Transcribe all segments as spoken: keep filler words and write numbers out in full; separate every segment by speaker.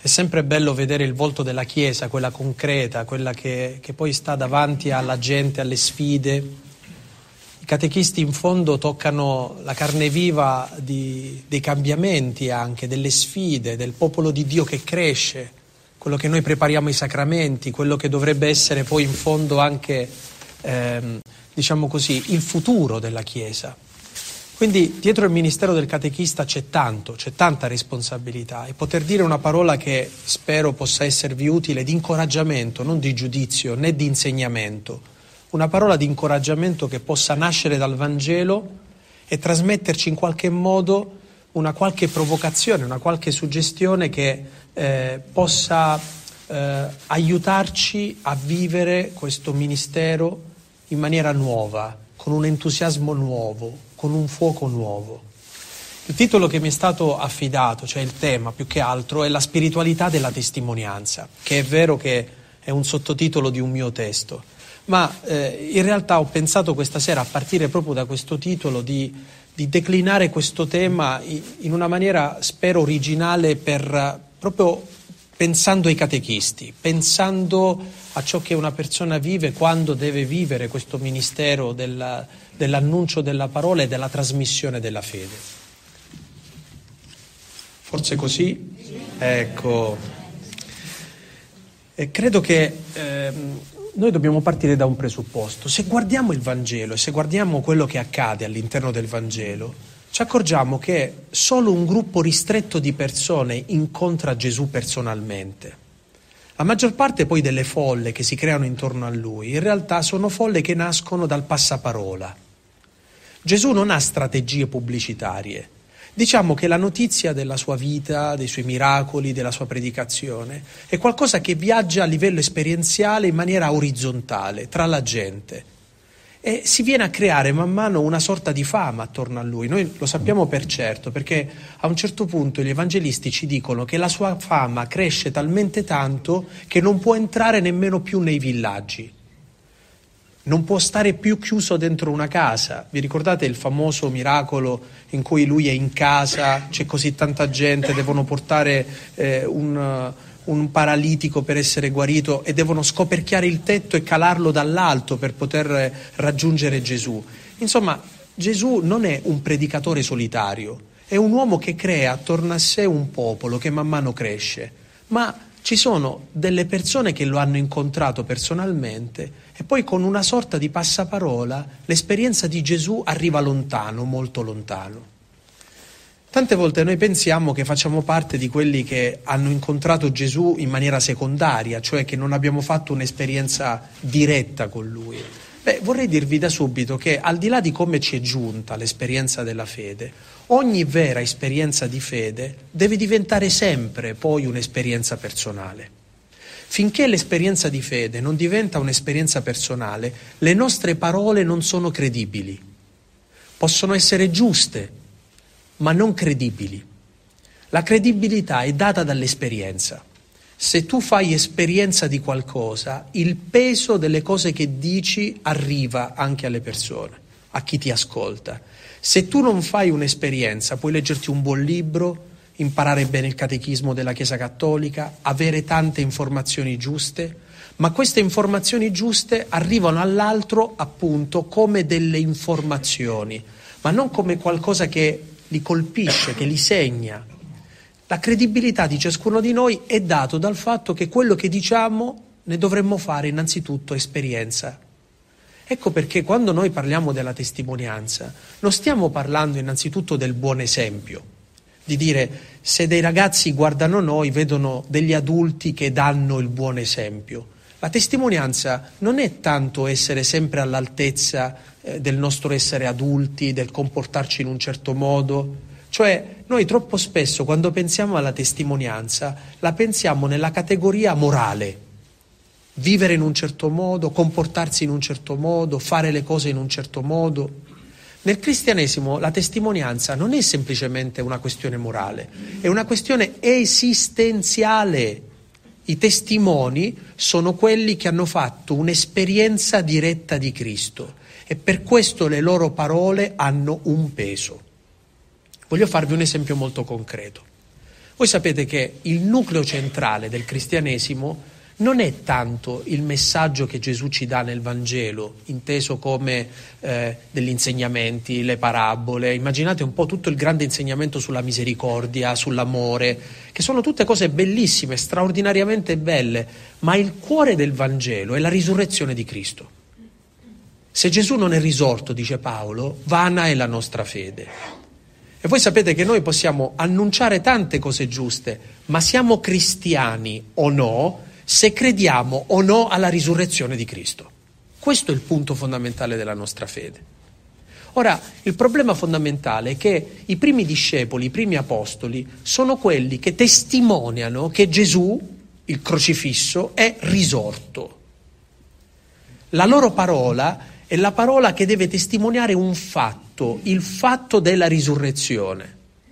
Speaker 1: È sempre bello vedere il volto della Chiesa, quella concreta, quella che, che poi sta davanti alla gente, alle sfide. I catechisti in fondo toccano la carne viva di, dei cambiamenti anche, delle sfide, del popolo di Dio che cresce, quello che noi prepariamo ai sacramenti, quello che dovrebbe essere poi in fondo anche, ehm, diciamo così, il futuro della Chiesa. Quindi dietro il ministero del catechista c'è tanto, c'è tanta responsabilità, e poter dire una parola che spero possa esservi utile di incoraggiamento, non di giudizio né di insegnamento, una parola di incoraggiamento che possa nascere dal Vangelo e trasmetterci in qualche modo una qualche provocazione, una qualche suggestione che eh, possa eh, aiutarci a vivere questo ministero in maniera nuova, con un entusiasmo nuovo, con un fuoco nuovo. Il titolo che mi è stato affidato, cioè il tema più che altro, è la spiritualità della testimonianza, che è vero che è un sottotitolo di un mio testo, ma eh, in realtà ho pensato questa sera, a partire proprio da questo titolo, di, di declinare questo tema in una maniera, spero, originale, per proprio pensando ai catechisti, pensando a ciò che una persona vive quando deve vivere questo ministero della, dell'annuncio della parola e della trasmissione della fede. Forse così? Ecco. E credo che ehm, noi dobbiamo partire da un presupposto. Se guardiamo il Vangelo e se guardiamo quello che accade all'interno del Vangelo, ci accorgiamo che solo un gruppo ristretto di persone incontra Gesù personalmente. La maggior parte poi delle folle che si creano intorno a lui, in realtà sono folle che nascono dal passaparola. Gesù non ha strategie pubblicitarie. Diciamo che la notizia della sua vita, dei suoi miracoli, della sua predicazione, è qualcosa che viaggia a livello esperienziale in maniera orizzontale, tra la gente. E si viene a creare man mano una sorta di fama attorno a lui. Noi lo sappiamo per certo, perché a un certo punto gli evangelisti ci dicono che la sua fama cresce talmente tanto che non può entrare nemmeno più nei villaggi. Non può stare più chiuso dentro una casa. Vi ricordate il famoso miracolo in cui lui è in casa, c'è così tanta gente, devono portare eh, un... un paralitico per essere guarito e devono scoperchiare il tetto e calarlo dall'alto per poter raggiungere Gesù. Insomma, Gesù non è un predicatore solitario, è un uomo che crea attorno a sé un popolo che man mano cresce, ma ci sono delle persone che lo hanno incontrato personalmente e poi con una sorta di passaparola l'esperienza di Gesù arriva lontano, molto lontano. Tante volte noi pensiamo che facciamo parte di quelli che hanno incontrato Gesù in maniera secondaria, cioè che non abbiamo fatto un'esperienza diretta con Lui. Beh, vorrei dirvi da subito che al di là di come ci è giunta l'esperienza della fede, ogni vera esperienza di fede deve diventare sempre poi un'esperienza personale. Finché l'esperienza di fede non diventa un'esperienza personale, le nostre parole non sono credibili. Possono essere giuste, ma non credibili. La credibilità è data dall'esperienza. Se tu fai esperienza di qualcosa, il peso delle cose che dici arriva anche alle persone, a chi ti ascolta. Se tu non fai un'esperienza, puoi leggerti un buon libro, imparare bene il catechismo della Chiesa Cattolica, avere tante informazioni giuste, ma queste informazioni giuste arrivano all'altro appunto come delle informazioni, ma non come qualcosa che li colpisce, che li segna. La credibilità di ciascuno di noi è dato dal fatto che quello che diciamo ne dovremmo fare innanzitutto esperienza. Ecco perché quando noi parliamo della testimonianza non stiamo parlando innanzitutto del buon esempio, di dire se dei ragazzi guardano noi vedono degli adulti che danno il buon esempio. La testimonianza non è tanto essere sempre all'altezza del nostro essere adulti, del comportarci in un certo modo. Cioè, noi troppo spesso quando pensiamo alla testimonianza la pensiamo nella categoria morale. Vivere in un certo modo, comportarsi in un certo modo, fare le cose in un certo modo. Nel cristianesimo la testimonianza non è semplicemente una questione morale, è una questione esistenziale. I testimoni sono quelli che hanno fatto un'esperienza diretta di Cristo. E per questo le loro parole hanno un peso. Voglio farvi un esempio molto concreto. Voi sapete che il nucleo centrale del cristianesimo non è tanto il messaggio che Gesù ci dà nel Vangelo, inteso come eh, degli insegnamenti, le parabole. Immaginate un po' tutto il grande insegnamento sulla misericordia, sull'amore, che sono tutte cose bellissime, straordinariamente belle, ma il cuore del Vangelo è la risurrezione di Cristo. Se Gesù non è risorto, dice Paolo, vana è la nostra fede. E voi sapete che noi possiamo annunciare tante cose giuste, ma siamo cristiani o no, se crediamo o no alla risurrezione di Cristo. Questo è il punto fondamentale della nostra fede. Ora, il problema fondamentale è che i primi discepoli, i primi apostoli, sono quelli che testimoniano che Gesù, il crocifisso, è risorto. La loro parola è la parola che deve testimoniare un fatto, il fatto della risurrezione.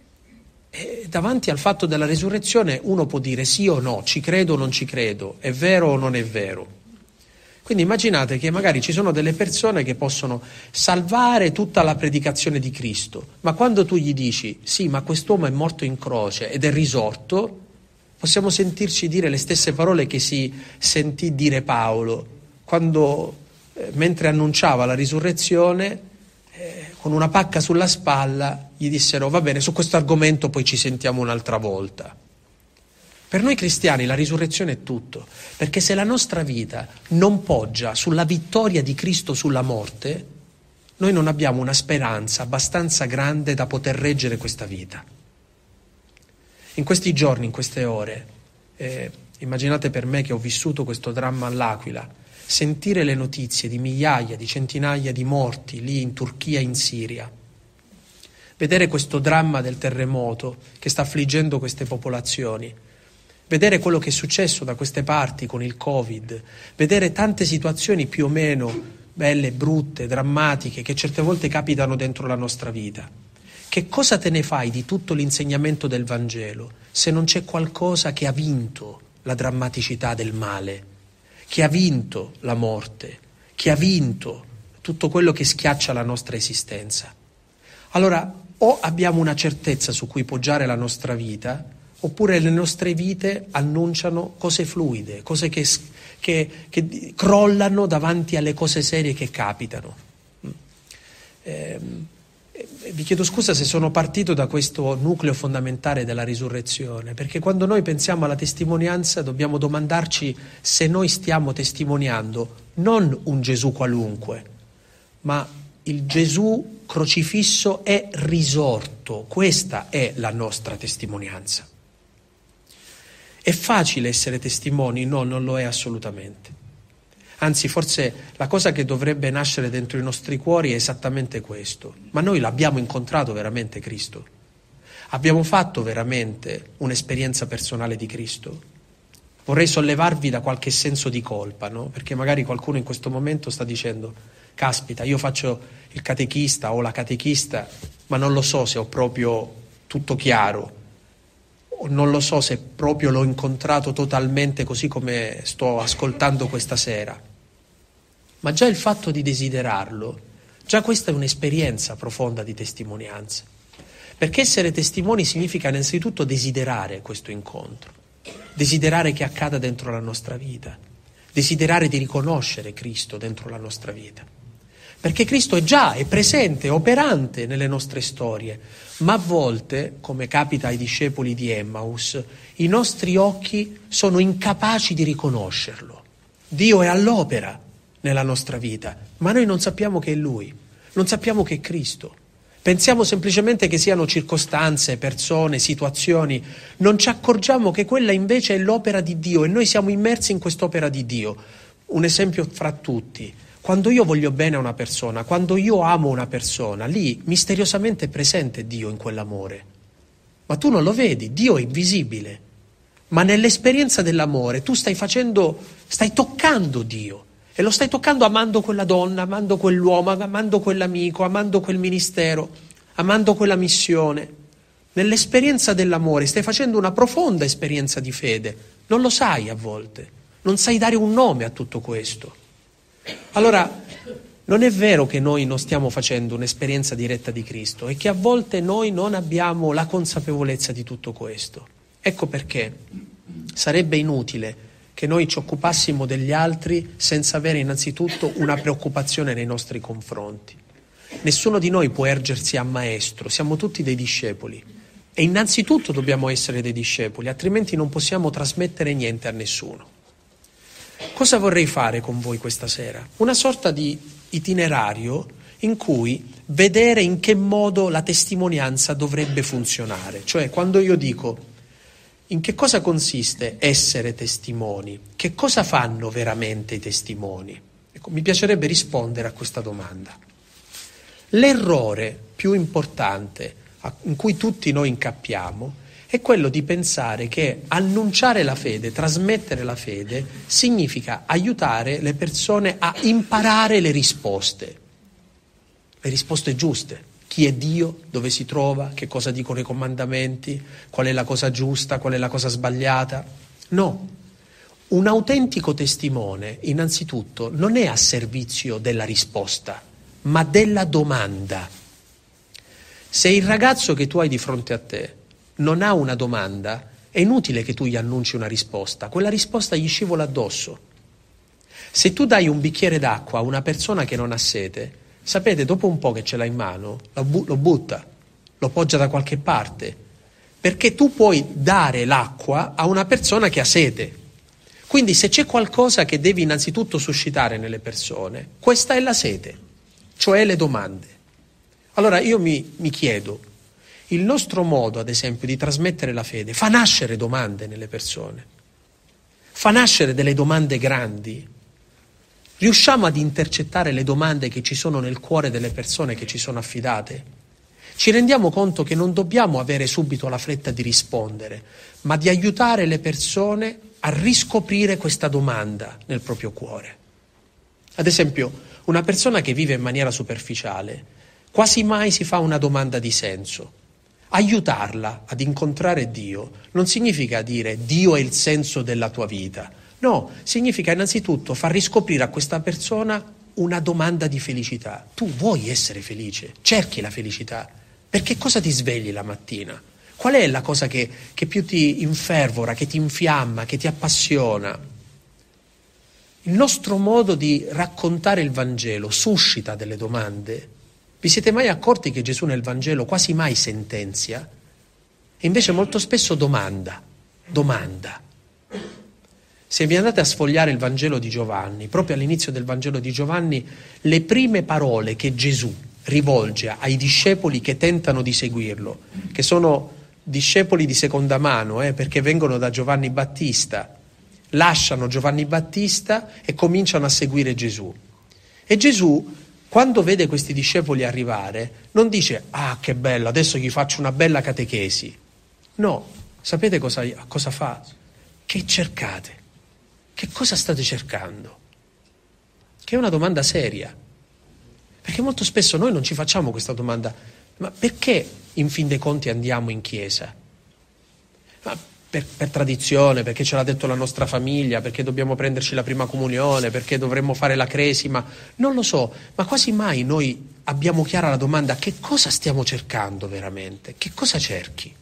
Speaker 1: E davanti al fatto della risurrezione uno può dire sì o no, ci credo o non ci credo, è vero o non è vero. Quindi immaginate che magari ci sono delle persone che possono salvare tutta la predicazione di Cristo, ma quando tu gli dici sì, ma quest'uomo è morto in croce ed è risorto, possiamo sentirci dire le stesse parole che si sentì dire Paolo quando, eh, mentre annunciava la risurrezione, eh, con una pacca sulla spalla, gli dissero va bene, su questo argomento poi ci sentiamo un'altra volta. Per noi cristiani la risurrezione è tutto, perché se la nostra vita non poggia sulla vittoria di Cristo sulla morte, noi non abbiamo una speranza abbastanza grande da poter reggere questa vita. In questi giorni, in queste ore, eh, immaginate per me che ho vissuto questo dramma all'Aquila, sentire le notizie di migliaia, di centinaia di morti lì in Turchia e in Siria, vedere questo dramma del terremoto che sta affliggendo queste popolazioni, vedere quello che è successo da queste parti con il Covid, vedere tante situazioni più o meno belle, brutte, drammatiche che certe volte capitano dentro la nostra vita. Che cosa te ne fai di tutto l'insegnamento del Vangelo se non c'è qualcosa che ha vinto la drammaticità del male, che ha vinto la morte, che ha vinto tutto quello che schiaccia la nostra esistenza? Allora, o abbiamo una certezza su cui poggiare la nostra vita, oppure le nostre vite annunciano cose fluide, cose che, che, che crollano davanti alle cose serie che capitano. Eh, vi chiedo scusa se sono partito da questo nucleo fondamentale della risurrezione, perché quando noi pensiamo alla testimonianza dobbiamo domandarci se noi stiamo testimoniando non un Gesù qualunque, ma il Gesù crocifisso è risorto. Questa è la nostra testimonianza. È facile essere testimoni? No, non lo è assolutamente. Anzi, forse la cosa che dovrebbe nascere dentro i nostri cuori è esattamente questo. Ma noi l'abbiamo incontrato veramente Cristo? Abbiamo fatto veramente un'esperienza personale di Cristo? Vorrei sollevarvi da qualche senso di colpa, no? Perché magari qualcuno in questo momento sta dicendo caspita, io faccio il catechista o la catechista, ma non lo so se ho proprio tutto chiaro. Non lo so se proprio l'ho incontrato totalmente così come sto ascoltando questa sera. Ma già il fatto di desiderarlo, già questa è un'esperienza profonda di testimonianza. Perché essere testimoni significa innanzitutto desiderare questo incontro, desiderare che accada dentro la nostra vita, desiderare di riconoscere Cristo dentro la nostra vita. Perché Cristo è già, è presente, è operante nelle nostre storie, ma a volte, come capita ai discepoli di Emmaus, i nostri occhi sono incapaci di riconoscerlo. Dio è all'opera nella nostra vita, ma noi non sappiamo che è Lui, non sappiamo che è Cristo. Pensiamo semplicemente che siano circostanze, persone, situazioni, non ci accorgiamo che quella invece è l'opera di Dio e noi siamo immersi in quest'opera di Dio. Un esempio fra tutti. Quando io voglio bene a una persona, quando io amo una persona, lì misteriosamente è presente Dio in quell'amore. Ma tu non lo vedi, Dio è invisibile. Ma nell'esperienza dell'amore tu stai facendo, stai toccando Dio. E lo stai toccando amando quella donna, amando quell'uomo, amando quell'amico, amando quel ministero, amando quella missione. Nell'esperienza dell'amore stai facendo una profonda esperienza di fede. Non lo sai a volte, non sai dare un nome a tutto questo. Allora, non è vero che noi non stiamo facendo un'esperienza diretta di Cristo, è che a volte noi non abbiamo la consapevolezza di tutto questo. Ecco perché sarebbe inutile che noi ci occupassimo degli altri senza avere innanzitutto una preoccupazione nei nostri confronti. Nessuno di noi può ergersi a maestro, siamo tutti dei discepoli e innanzitutto dobbiamo essere dei discepoli, altrimenti non possiamo trasmettere niente a nessuno. Cosa vorrei fare con voi questa sera? Una sorta di itinerario in cui vedere in che modo la testimonianza dovrebbe funzionare. Cioè, quando io dico in che cosa consiste essere testimoni, che cosa fanno veramente i testimoni? Ecco, mi piacerebbe rispondere a questa domanda. L'errore più importante in cui tutti noi incappiamo è quello di pensare che annunciare la fede, trasmettere la fede, significa aiutare le persone a imparare le risposte, le risposte giuste. Chi è Dio, dove si trova, che cosa dicono i comandamenti, qual è la cosa giusta, qual è la cosa sbagliata. No, un autentico testimone innanzitutto non è a servizio della risposta, ma della domanda. Se il ragazzo che tu hai di fronte a te non ha una domanda, è inutile che tu gli annunci una risposta, quella risposta gli scivola addosso. Se tu dai un bicchiere d'acqua a una persona che non ha sete, sapete, dopo un po' che ce l'ha in mano, lo, bu- lo butta, lo poggia da qualche parte, perché tu puoi dare l'acqua a una persona che ha sete. Quindi se c'è qualcosa che devi innanzitutto suscitare nelle persone, questa è la sete, cioè le domande. Allora io mi, mi chiedo, il nostro modo, ad esempio, di trasmettere la fede fa nascere domande nelle persone, fa nascere delle domande grandi. Riusciamo ad intercettare le domande che ci sono nel cuore delle persone che ci sono affidate? Ci rendiamo conto che non dobbiamo avere subito la fretta di rispondere, ma di aiutare le persone a riscoprire questa domanda nel proprio cuore. Ad esempio, una persona che vive in maniera superficiale quasi mai si fa una domanda di senso. Aiutarla ad incontrare Dio non significa dire Dio è il senso della tua vita. No, significa innanzitutto far riscoprire a questa persona una domanda di felicità. Tu vuoi essere felice? Cerchi la felicità. Perché cosa ti svegli la mattina? Qual è la cosa che, che più ti infervora, che ti infiamma, che ti appassiona? Il nostro modo di raccontare il Vangelo suscita delle domande. Vi siete mai accorti che Gesù nel Vangelo quasi mai sentenzia? E invece molto spesso domanda, domanda. Se vi andate a sfogliare il Vangelo di Giovanni, proprio all'inizio del Vangelo di Giovanni, le prime parole che Gesù rivolge ai discepoli che tentano di seguirlo, che sono discepoli di seconda mano, eh, perché vengono da Giovanni Battista, lasciano Giovanni Battista e cominciano a seguire Gesù. E Gesù, quando vede questi discepoli arrivare, non dice «Ah, che bello, adesso gli faccio una bella catechesi». No, sapete cosa, cosa fa? Che cercate? Che cosa state cercando? Che è una domanda seria. Perché molto spesso noi non ci facciamo questa domanda. Ma perché in fin dei conti andiamo in chiesa? Ma per, per tradizione, perché ce l'ha detto la nostra famiglia, perché dobbiamo prenderci la prima comunione, perché dovremmo fare la cresima. Non lo so, ma quasi mai noi abbiamo chiara la domanda: che cosa stiamo cercando veramente? Che cosa cerchi?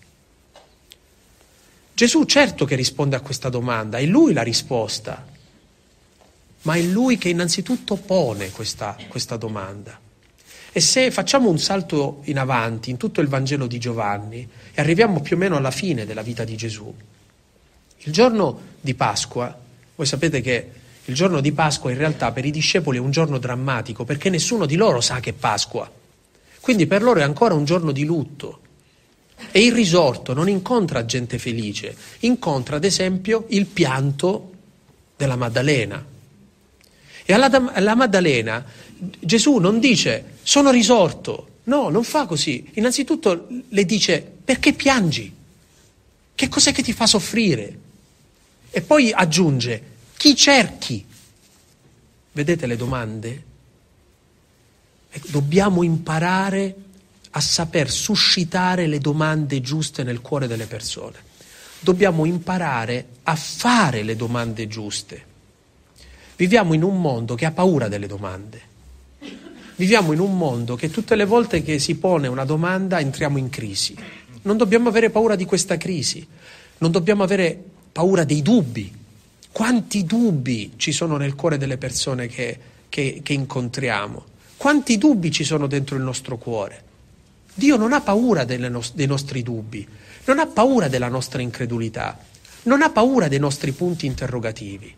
Speaker 1: Gesù certo che risponde a questa domanda, è Lui la risposta, ma è Lui che innanzitutto pone questa, questa domanda. E se facciamo un salto in avanti in tutto il Vangelo di Giovanni e arriviamo più o meno alla fine della vita di Gesù, il giorno di Pasqua, voi sapete che il giorno di Pasqua in realtà per i discepoli è un giorno drammatico, perché nessuno di loro sa che è Pasqua, quindi per loro è ancora un giorno di lutto. E il risorto non incontra gente felice, incontra ad esempio il pianto della Maddalena. E alla, alla Maddalena Gesù non dice sono risorto, no, non fa così. Innanzitutto le dice perché piangi? Che cos'è che ti fa soffrire? E poi aggiunge chi cerchi? Vedete le domande? Dobbiamo imparare a saper suscitare le domande giuste nel cuore delle persone. Dobbiamo imparare a fare le domande giuste. Viviamo in un mondo che ha paura delle domande. Viviamo in un mondo che tutte le volte che si pone una domanda entriamo in crisi. Non dobbiamo avere paura di questa crisi. Non dobbiamo avere paura dei dubbi. Quanti dubbi ci sono nel cuore delle persone che, che, che incontriamo? Quanti dubbi ci sono dentro il nostro cuore? Dio non ha paura delle no- dei nostri dubbi, non ha paura della nostra incredulità, non ha paura dei nostri punti interrogativi.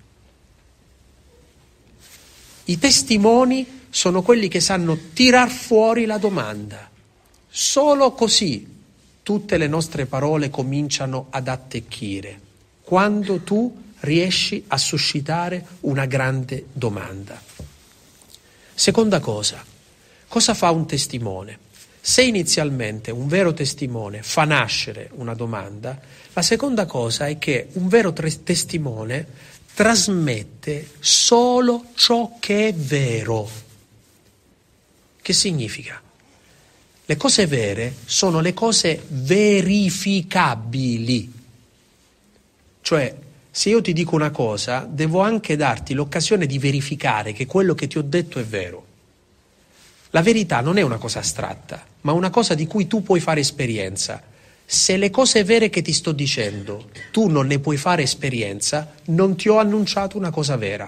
Speaker 1: I testimoni sono quelli che sanno tirar fuori la domanda. Solo così tutte le nostre parole cominciano ad attecchire, quando tu riesci a suscitare una grande domanda. Seconda cosa, cosa fa un testimone? Se inizialmente un vero testimone fa nascere una domanda, la seconda cosa è che un vero tre- testimone trasmette solo ciò che è vero. Che significa? Le cose vere sono le cose verificabili. Cioè, se io ti dico una cosa, devo anche darti l'occasione di verificare che quello che ti ho detto è vero. La verità non è una cosa astratta, ma una cosa di cui tu puoi fare esperienza. Se le cose vere che ti sto dicendo tu non ne puoi fare esperienza, non ti ho annunciato una cosa vera.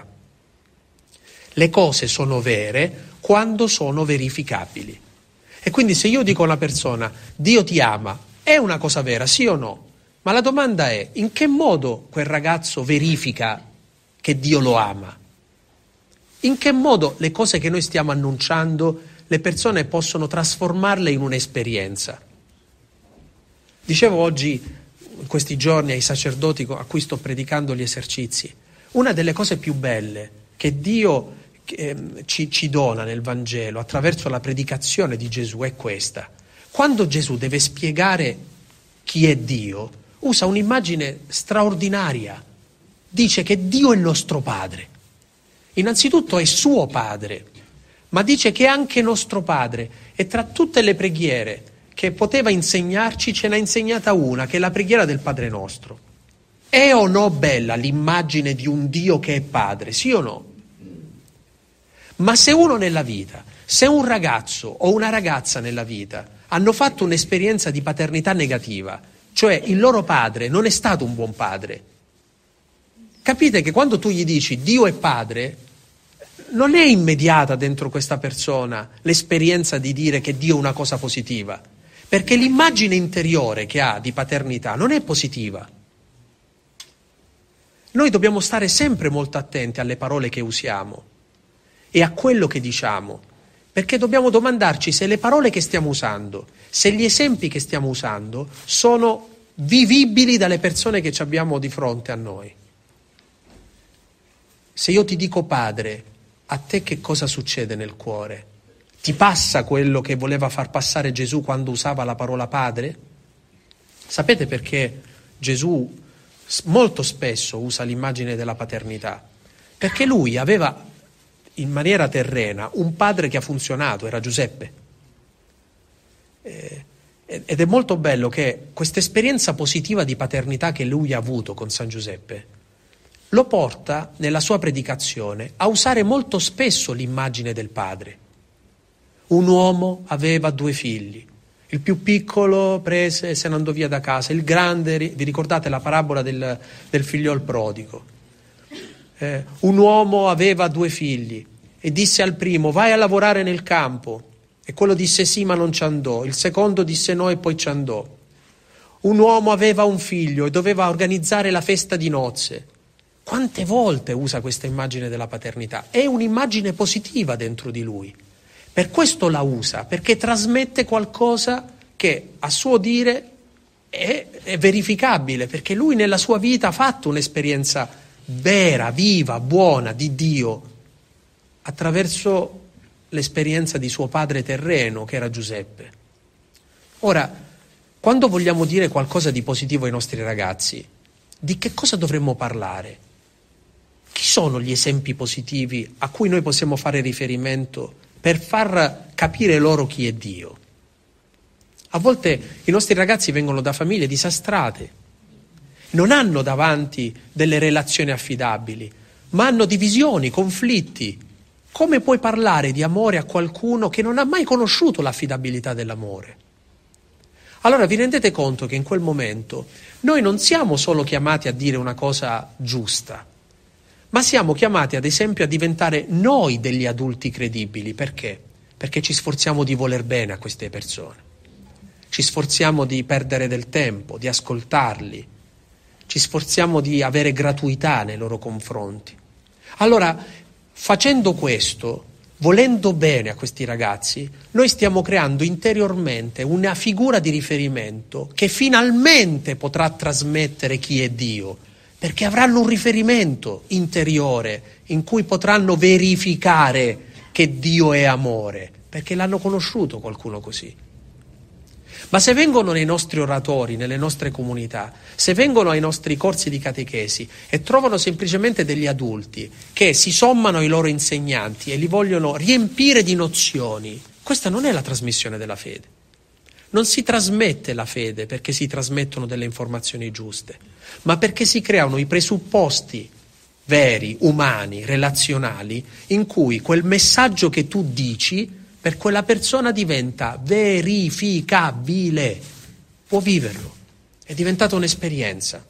Speaker 1: Le cose sono vere quando sono verificabili. E quindi se io dico a una persona, Dio ti ama, è una cosa vera, sì o no? Ma la domanda è, in che modo quel ragazzo verifica che Dio lo ama? In che modo le cose che noi stiamo annunciando le persone possono trasformarle in un'esperienza? Dicevo oggi, in questi giorni, ai sacerdoti a cui sto predicando gli esercizi, una delle cose più belle che Dio eh, ci, ci dona nel Vangelo attraverso la predicazione di Gesù è questa. Quando Gesù deve spiegare chi è Dio, usa un'immagine straordinaria. Dice che Dio è il nostro Padre. Innanzitutto è suo Padre, ma dice che è anche nostro Padre, e tra tutte le preghiere che poteva insegnarci ce n'ha insegnata una, che è la preghiera del Padre Nostro. È o no bella l'immagine di un Dio che è Padre, sì o no? Ma se uno nella vita, se un ragazzo o una ragazza nella vita hanno fatto un'esperienza di paternità negativa, cioè il loro padre non è stato un buon padre, capite che quando tu gli dici Dio è Padre, non è immediata dentro questa persona l'esperienza di dire che Dio è una cosa positiva, perché l'immagine interiore che ha di paternità non è positiva. Noi dobbiamo stare sempre molto attenti alle parole che usiamo e a quello che diciamo, perché dobbiamo domandarci se le parole che stiamo usando, se gli esempi che stiamo usando sono vivibili dalle persone che ci abbiamo di fronte a noi. Se io ti dico Padre, a te che cosa succede nel cuore? Ti passa quello che voleva far passare Gesù quando usava la parola Padre? Sapete perché Gesù molto spesso usa l'immagine della paternità? Perché lui aveva in maniera terrena un padre che ha funzionato, era Giuseppe. Eh, ed è molto bello che questa esperienza positiva di paternità che lui ha avuto con San Giuseppe lo porta nella sua predicazione a usare molto spesso l'immagine del padre. Un uomo aveva due figli, il più piccolo prese e se ne andò via da casa, il grande, vi ricordate la parabola del, del figliol prodigo? Eh, un uomo aveva due figli e disse al primo vai a lavorare nel campo, e quello disse sì ma non ci andò, il secondo disse no e poi ci andò. Un uomo aveva un figlio e doveva organizzare la festa di nozze. Quante volte usa questa immagine della paternità? È un'immagine positiva dentro di lui, per questo la usa, perché trasmette qualcosa che a suo dire è, è verificabile, perché lui nella sua vita ha fatto un'esperienza vera, viva, buona di Dio attraverso l'esperienza di suo padre terreno che era Giuseppe. Ora, quando vogliamo dire qualcosa di positivo ai nostri ragazzi, di che cosa dovremmo parlare? Chi sono gli esempi positivi a cui noi possiamo fare riferimento per far capire loro chi è Dio? A volte i nostri ragazzi vengono da famiglie disastrate, non hanno davanti delle relazioni affidabili, ma hanno divisioni, conflitti. Come puoi parlare di amore a qualcuno che non ha mai conosciuto l'affidabilità dell'amore? Allora vi rendete conto che in quel momento noi non siamo solo chiamati a dire una cosa giusta, ma siamo chiamati ad esempio a diventare noi degli adulti credibili. Perché? Perché ci sforziamo di voler bene a queste persone, ci sforziamo di perdere del tempo, di ascoltarli, ci sforziamo di avere gratuità nei loro confronti. Allora, facendo questo, volendo bene a questi ragazzi, noi stiamo creando interiormente una figura di riferimento che finalmente potrà trasmettere chi è Dio, perché avranno un riferimento interiore in cui potranno verificare che Dio è amore, perché l'hanno conosciuto qualcuno così. Ma se vengono nei nostri oratori, nelle nostre comunità, se vengono ai nostri corsi di catechesi e trovano semplicemente degli adulti che si sommano ai loro insegnanti e li vogliono riempire di nozioni, questa non è la trasmissione della fede. Non si trasmette la fede perché si trasmettono delle informazioni giuste, ma perché si creano i presupposti veri, umani, relazionali, in cui quel messaggio che tu dici per quella persona diventa verificabile, può viverlo, è diventata un'esperienza.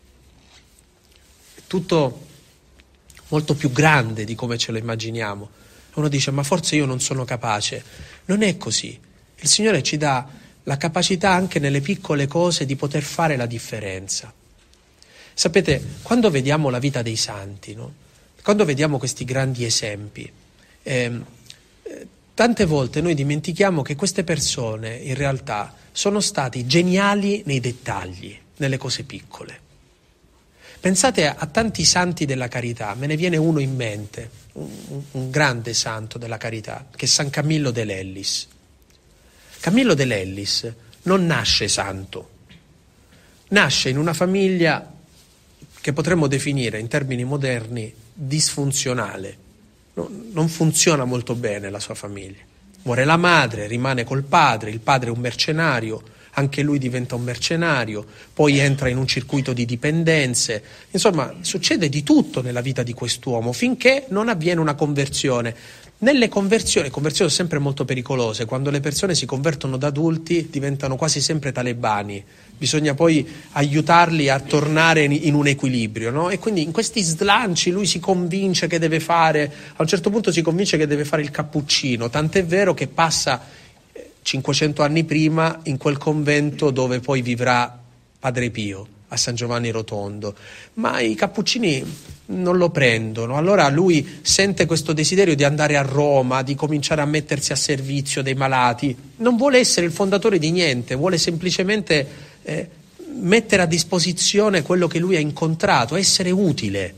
Speaker 1: È tutto molto più grande di come ce lo immaginiamo. Uno dice, ma forse io non sono capace. Non è così. Il Signore ci dà la capacità anche nelle piccole cose di poter fare la differenza. Sapete, quando vediamo la vita dei santi, no? Quando vediamo questi grandi esempi, ehm, tante volte noi dimentichiamo che queste persone in realtà sono stati geniali nei dettagli, nelle cose piccole. Pensate a, a tanti santi della carità, me ne viene uno in mente, un, un grande santo della carità, che è San Camillo de Lellis. Camillo de Lellis non nasce santo, nasce in una famiglia che potremmo definire in termini moderni disfunzionale. Non funziona molto bene la sua famiglia. Muore la madre, rimane col padre, il padre è un mercenario, anche lui diventa un mercenario, poi entra in un circuito di dipendenze. Insomma, succede di tutto nella vita di quest'uomo finché non avviene una conversione. Nelle conversioni, conversioni sono sempre molto pericolose, quando le persone si convertono da adulti diventano quasi sempre talebani, bisogna poi aiutarli a tornare in un equilibrio, no? E quindi in questi slanci lui si convince che deve fare, a un certo punto si convince che deve fare il cappuccino, tant'è vero che passa cinquecento anni prima in quel convento dove poi vivrà Padre Pio, a San Giovanni Rotondo, ma i cappuccini non lo prendono. Allora lui sente questo desiderio di andare a Roma, di cominciare a mettersi a servizio dei malati, non vuole essere il fondatore di niente, vuole semplicemente eh, mettere a disposizione quello che lui ha incontrato, essere utile.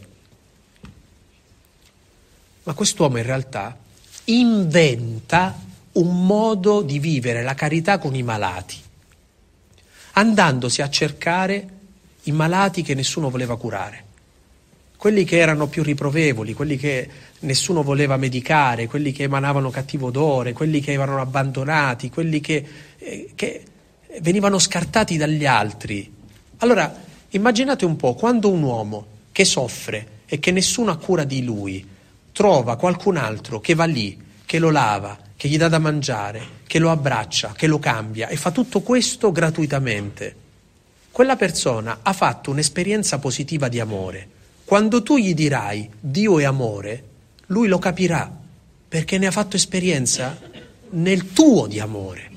Speaker 1: Ma quest'uomo in realtà inventa un modo di vivere la carità con i malati, andandosi a cercare i malati che nessuno voleva curare, quelli che erano più riprovevoli, quelli che nessuno voleva medicare, quelli che emanavano cattivo odore, quelli che erano abbandonati, quelli che, eh, che venivano scartati dagli altri. Allora, immaginate un po', quando un uomo che soffre e che nessuno ha cura di lui trova qualcun altro che va lì, che lo lava, che gli dà da mangiare, che lo abbraccia, che lo cambia e fa tutto questo gratuitamente, quella persona ha fatto un'esperienza positiva di amore. Quando tu gli dirai Dio è amore, lui lo capirà, perché ne ha fatto esperienza nel tuo di amore.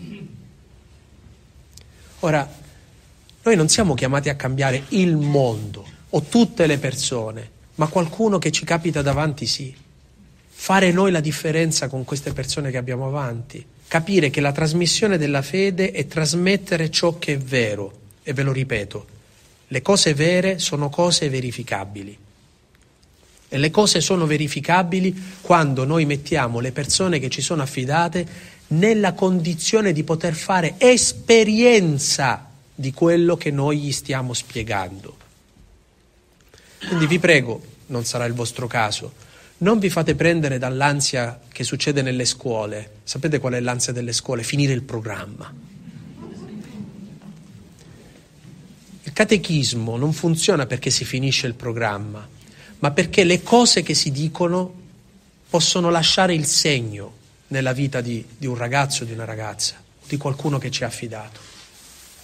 Speaker 1: Ora, noi non siamo chiamati a cambiare il mondo o tutte le persone, ma qualcuno che ci capita davanti sì. Fare noi la differenza con queste persone che abbiamo avanti, capire che la trasmissione della fede è trasmettere ciò che è vero. E ve lo ripeto, le cose vere sono cose verificabili. E le cose sono verificabili quando noi mettiamo le persone che ci sono affidate nella condizione di poter fare esperienza di quello che noi gli stiamo spiegando. Quindi vi prego, non sarà il vostro caso, non vi fate prendere dall'ansia che succede nelle scuole. Sapete qual è l'ansia delle scuole? Finire il programma. Il catechismo non funziona perché si finisce il programma, ma perché le cose che si dicono possono lasciare il segno nella vita di, di un ragazzo o di una ragazza, di qualcuno che ci ha affidato.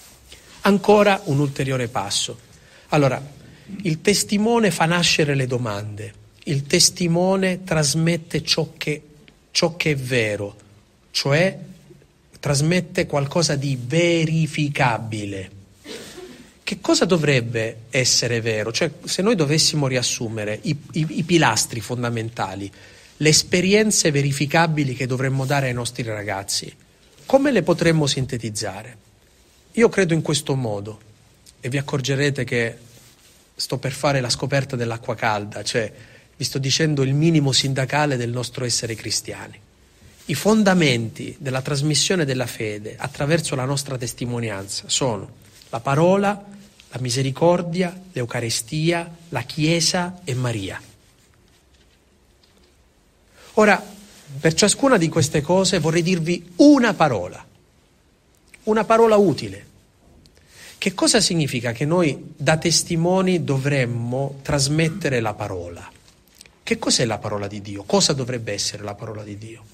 Speaker 1: Ancora un ulteriore passo. Allora, il testimone fa nascere le domande, il testimone trasmette ciò che, ciò che è vero, cioè trasmette qualcosa di verificabile. Che cosa dovrebbe essere vero? Cioè, se noi dovessimo riassumere i, i, i pilastri fondamentali, le esperienze verificabili che dovremmo dare ai nostri ragazzi, come le potremmo sintetizzare? Io credo in questo modo, e vi accorgerete che sto per fare la scoperta dell'acqua calda, cioè vi sto dicendo il minimo sindacale del nostro essere cristiani. I fondamenti della trasmissione della fede attraverso la nostra testimonianza sono la parola, la misericordia, l'Eucaristia, la Chiesa e Maria. Ora, per ciascuna di queste cose vorrei dirvi una parola, una parola utile. Che cosa significa che noi da testimoni dovremmo trasmettere la parola? Che cos'è la parola di Dio? Cosa dovrebbe essere la parola di Dio?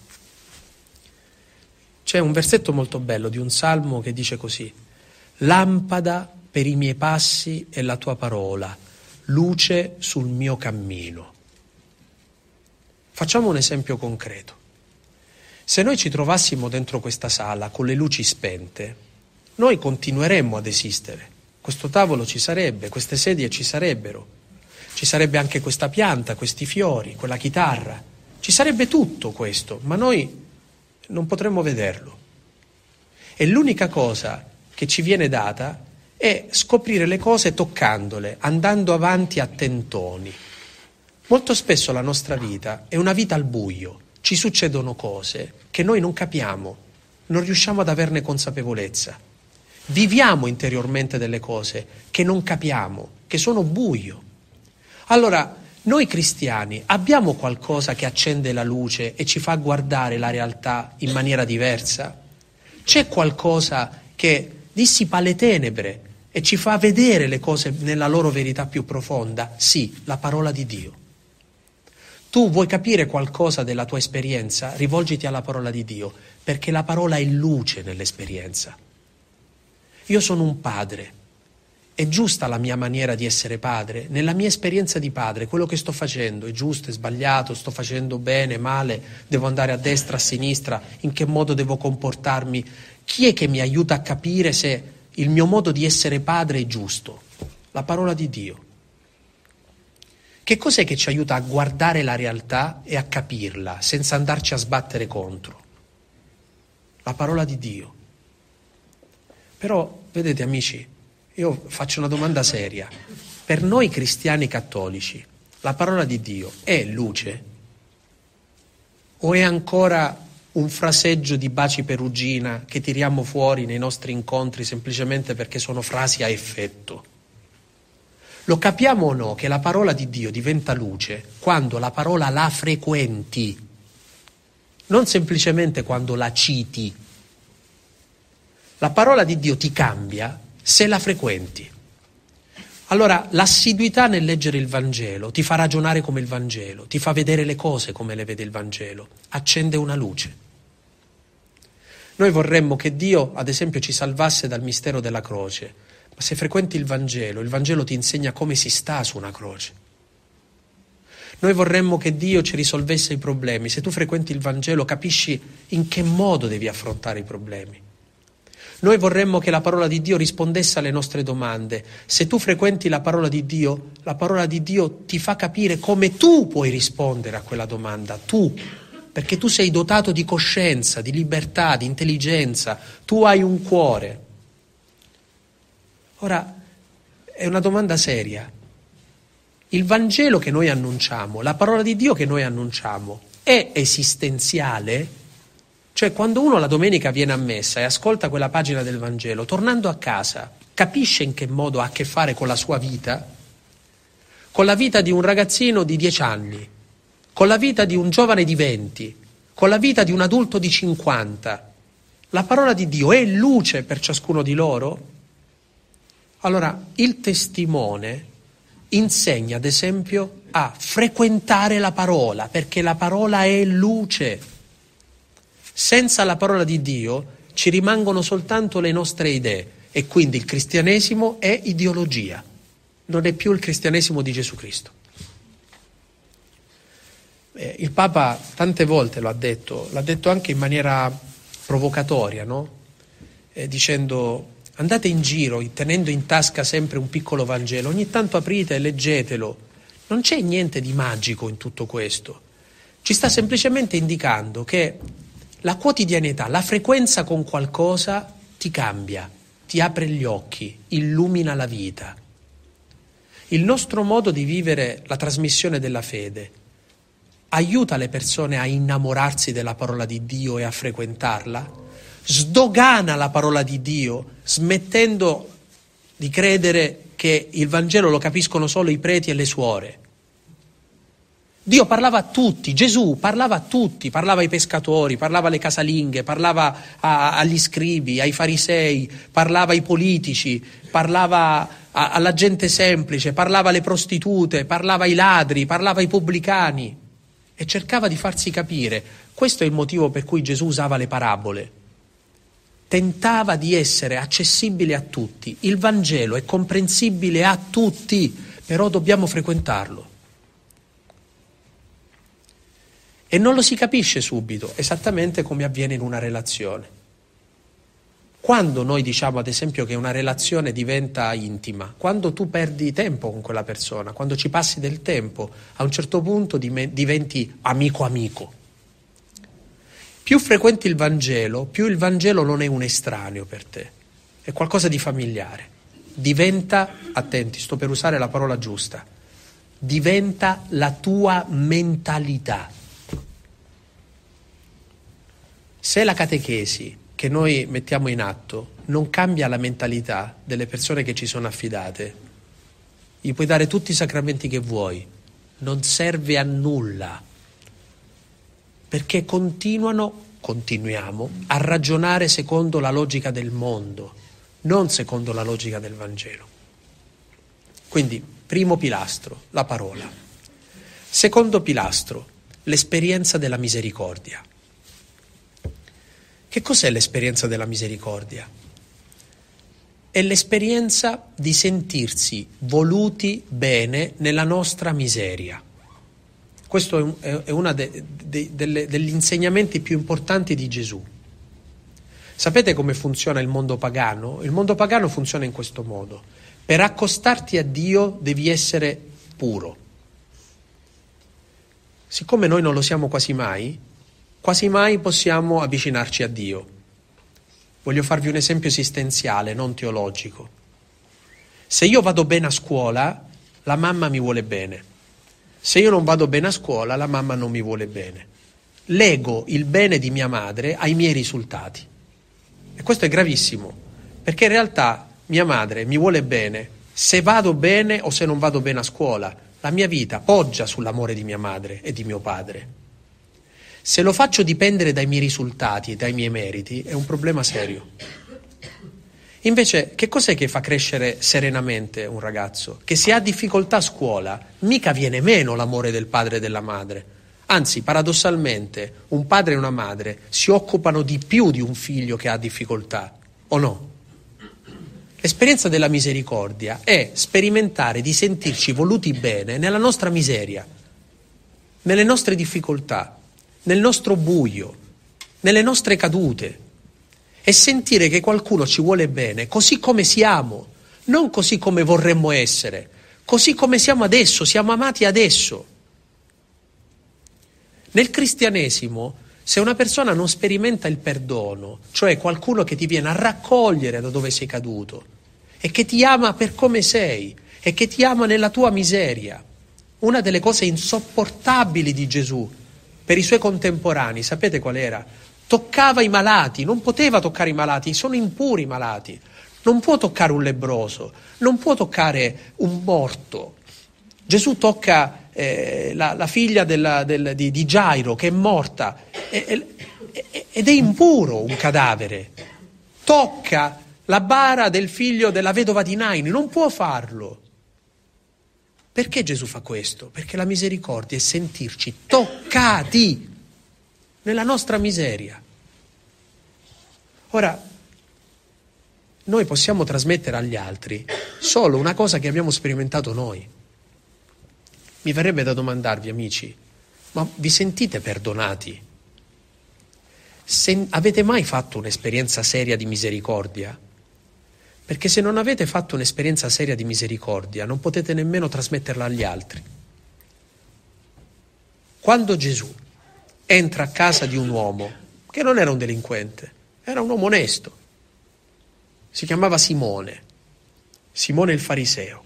Speaker 1: C'è un versetto molto bello di un salmo che dice così: lampada per i miei passi è la tua parola, luce sul mio cammino. Facciamo un esempio concreto. Se noi ci trovassimo dentro questa sala con le luci spente, noi continueremmo ad esistere. Questo tavolo ci sarebbe, queste sedie ci sarebbero, ci sarebbe anche questa pianta, questi fiori, quella chitarra, ci sarebbe tutto questo, ma noi non potremmo vederlo. E l'unica cosa che ci viene data è scoprire le cose toccandole, andando avanti a tentoni. Molto spesso la nostra vita è una vita al buio, ci succedono cose che noi non capiamo, non riusciamo ad averne consapevolezza. Viviamo interiormente delle cose che non capiamo, che sono buio. Allora, noi cristiani abbiamo qualcosa che accende la luce e ci fa guardare la realtà in maniera diversa? C'è qualcosa che dissipa le tenebre e ci fa vedere le cose nella loro verità più profonda? Sì, la parola di Dio. Tu vuoi capire qualcosa della tua esperienza? Rivolgiti alla parola di Dio, perché la parola è luce nell'esperienza. Io sono un padre. È giusta la mia maniera di essere padre? Nella mia esperienza di padre, quello che sto facendo è giusto, è sbagliato, sto facendo bene, male, devo andare a destra, a sinistra, in che modo devo comportarmi? Chi è che mi aiuta a capire se il mio modo di essere padre è giusto? La parola di Dio. Che cos'è che ci aiuta a guardare la realtà e a capirla senza andarci a sbattere contro? La parola di Dio. Però, vedete amici, io faccio una domanda seria. Per noi cristiani cattolici, la parola di Dio è luce? O è ancora un fraseggio di baci perugina che tiriamo fuori nei nostri incontri semplicemente perché sono frasi a effetto? Lo capiamo o no che la parola di Dio diventa luce quando la parola la frequenti, non semplicemente quando la citi. La parola di Dio ti cambia se la frequenti. Allora, l'assiduità nel leggere il Vangelo ti fa ragionare come il Vangelo, ti fa vedere le cose come le vede il Vangelo, accende una luce. Noi vorremmo che Dio, ad esempio, ci salvasse dal mistero della croce, ma se frequenti il Vangelo, il Vangelo ti insegna come si sta su una croce. Noi vorremmo che Dio ci risolvesse i problemi, se tu frequenti il Vangelo capisci in che modo devi affrontare i problemi. Noi vorremmo che la parola di Dio rispondesse alle nostre domande. Se tu frequenti la parola di Dio, la parola di Dio ti fa capire come tu puoi rispondere a quella domanda, tu, perché tu sei dotato di coscienza, di libertà, di intelligenza, tu hai un cuore. Ora, è una domanda seria. Il Vangelo che noi annunciamo, la parola di Dio che noi annunciamo, è esistenziale? Cioè, quando uno la domenica viene a messa e ascolta quella pagina del Vangelo, tornando a casa, capisce in che modo ha a che fare con la sua vita? Con la vita di un ragazzino di dieci anni, con la vita di un giovane di venti, con la vita di un adulto di cinquanta. La parola di Dio è luce per ciascuno di loro? Allora, il testimone insegna, ad esempio, a frequentare la parola, perché la parola è luce. Senza la parola di Dio ci rimangono soltanto le nostre idee. E quindi il cristianesimo è ideologia, non è più il cristianesimo di Gesù Cristo. Eh, il Papa tante volte lo ha detto, l'ha detto anche in maniera provocatoria, no? Eh, dicendo: andate in giro tenendo in tasca sempre un piccolo Vangelo, ogni tanto aprite e leggetelo. Non c'è niente di magico in tutto questo. Ci sta semplicemente indicando che la quotidianità, la frequenza con qualcosa ti cambia, ti apre gli occhi, illumina la vita. Il nostro modo di vivere la trasmissione della fede aiuta le persone a innamorarsi della parola di Dio e a frequentarla? Sdogana la parola di Dio, smettendo di credere che il Vangelo lo capiscono solo i preti e le suore. Dio parlava a tutti, Gesù parlava a tutti, parlava ai pescatori, parlava alle casalinghe, parlava a, agli scribi, ai farisei, parlava ai politici, parlava a, alla gente semplice, parlava alle prostitute, parlava ai ladri, parlava ai pubblicani e cercava di farsi capire. Questo è il motivo per cui Gesù usava le parabole. Tentava di essere accessibile a tutti. Il Vangelo è comprensibile a tutti, però dobbiamo frequentarlo. E non lo si capisce subito, esattamente come avviene in una relazione. Quando noi diciamo, ad esempio, che una relazione diventa intima, quando tu perdi tempo con quella persona, quando ci passi del tempo, a un certo punto diventi amico-amico. Più frequenti il Vangelo, più il Vangelo non è un estraneo per te, è qualcosa di familiare. Diventa, attenti, sto per usare la parola giusta, diventa la tua mentalità. Se la catechesi che noi mettiamo in atto non cambia la mentalità delle persone che ci sono affidate, gli puoi dare tutti i sacramenti che vuoi, non serve a nulla. Perché continuano, continuiamo, a ragionare secondo la logica del mondo, non secondo la logica del Vangelo. Quindi, primo pilastro, la parola. Secondo pilastro, l'esperienza della misericordia. Che cos'è l'esperienza della misericordia? È l'esperienza di sentirsi voluti bene nella nostra miseria. Questo è uno de, de, de, degli insegnamenti più importanti di Gesù. Sapete come funziona il mondo pagano? Il mondo pagano funziona in questo modo. Per accostarti a Dio devi essere puro. Siccome noi non lo siamo quasi mai, quasi mai possiamo avvicinarci a Dio. Voglio farvi un esempio esistenziale, non teologico. Se io vado bene a scuola, la mamma mi vuole bene. Se io non vado bene a scuola, la mamma non mi vuole bene. Lego il bene di mia madre ai miei risultati. E questo è gravissimo, perché in realtà mia madre mi vuole bene se vado bene o se non vado bene a scuola. La mia vita poggia sull'amore di mia madre e di mio padre. Se lo faccio dipendere dai miei risultati e dai miei meriti, è un problema serio. Invece, che cos'è che fa crescere serenamente un ragazzo? Che se ha difficoltà a scuola, mica viene meno l'amore del padre e della madre. Anzi, paradossalmente, un padre e una madre si occupano di più di un figlio che ha difficoltà, o no? L'esperienza della misericordia è sperimentare di sentirci voluti bene nella nostra miseria, nelle nostre difficoltà, nel nostro buio, nelle nostre cadute. E sentire che qualcuno ci vuole bene così come siamo, non così come vorremmo essere, così come siamo adesso, siamo amati adesso. Nel cristianesimo, se una persona non sperimenta il perdono, cioè qualcuno che ti viene a raccogliere da dove sei caduto e che ti ama per come sei e che ti ama nella tua miseria, una delle cose insopportabili di Gesù per i suoi contemporanei, sapete qual era? Toccava i malati, non poteva toccare i malati, sono impuri i malati. Non può toccare un lebbroso, non può toccare un morto. Gesù tocca eh, la, la figlia della, del, di, di Gairo che è morta e, e, ed è impuro un cadavere. Tocca la bara del figlio della vedova di Naini, non può farlo. Perché Gesù fa questo? Perché la misericordia è sentirci toccati nella nostra miseria. Ora, noi possiamo trasmettere agli altri solo una cosa che abbiamo sperimentato noi. Mi verrebbe da domandarvi, amici, ma vi sentite perdonati? Se avete mai fatto un'esperienza seria di misericordia? Perché se non avete fatto un'esperienza seria di misericordia, non potete nemmeno trasmetterla agli altri. Quando Gesù entra a casa di un uomo, che non era un delinquente, era un uomo onesto, si chiamava Simone, Simone il fariseo.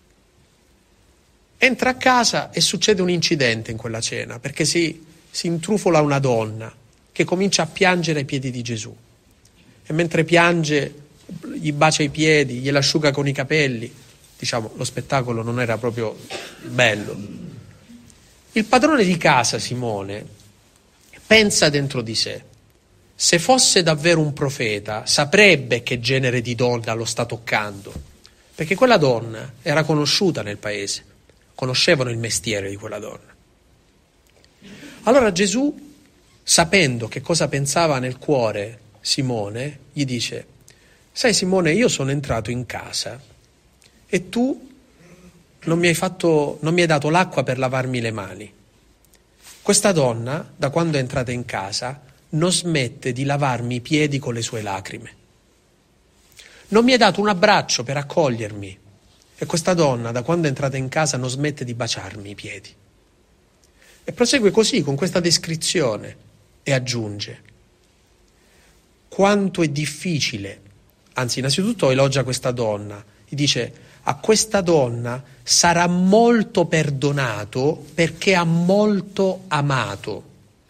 Speaker 1: Entra a casa e succede un incidente in quella cena, perché si, si intrufola una donna che comincia a piangere ai piedi di Gesù. E mentre piange, gli bacia i piedi, glieli asciuga con i capelli. Diciamo, lo spettacolo non era proprio bello. Il padrone di casa, Simone, pensa dentro di sé: se fosse davvero un profeta, saprebbe che genere di donna lo sta toccando, perché quella donna era conosciuta nel paese, conoscevano il mestiere di quella donna. Allora Gesù, sapendo che cosa pensava nel cuore Simone, gli dice: sai Simone, io sono entrato in casa e tu non mi hai fatto, non mi hai dato l'acqua per lavarmi le mani. Questa donna, da quando è entrata in casa, non smette di lavarmi i piedi con le sue lacrime. Non mi hai dato un abbraccio per accogliermi. E questa donna, da quando è entrata in casa, non smette di baciarmi i piedi. E prosegue così, con questa descrizione, e aggiunge: quanto è difficile, anzi innanzitutto elogia questa donna, gli dice: a questa donna sarà molto perdonato perché ha molto amato.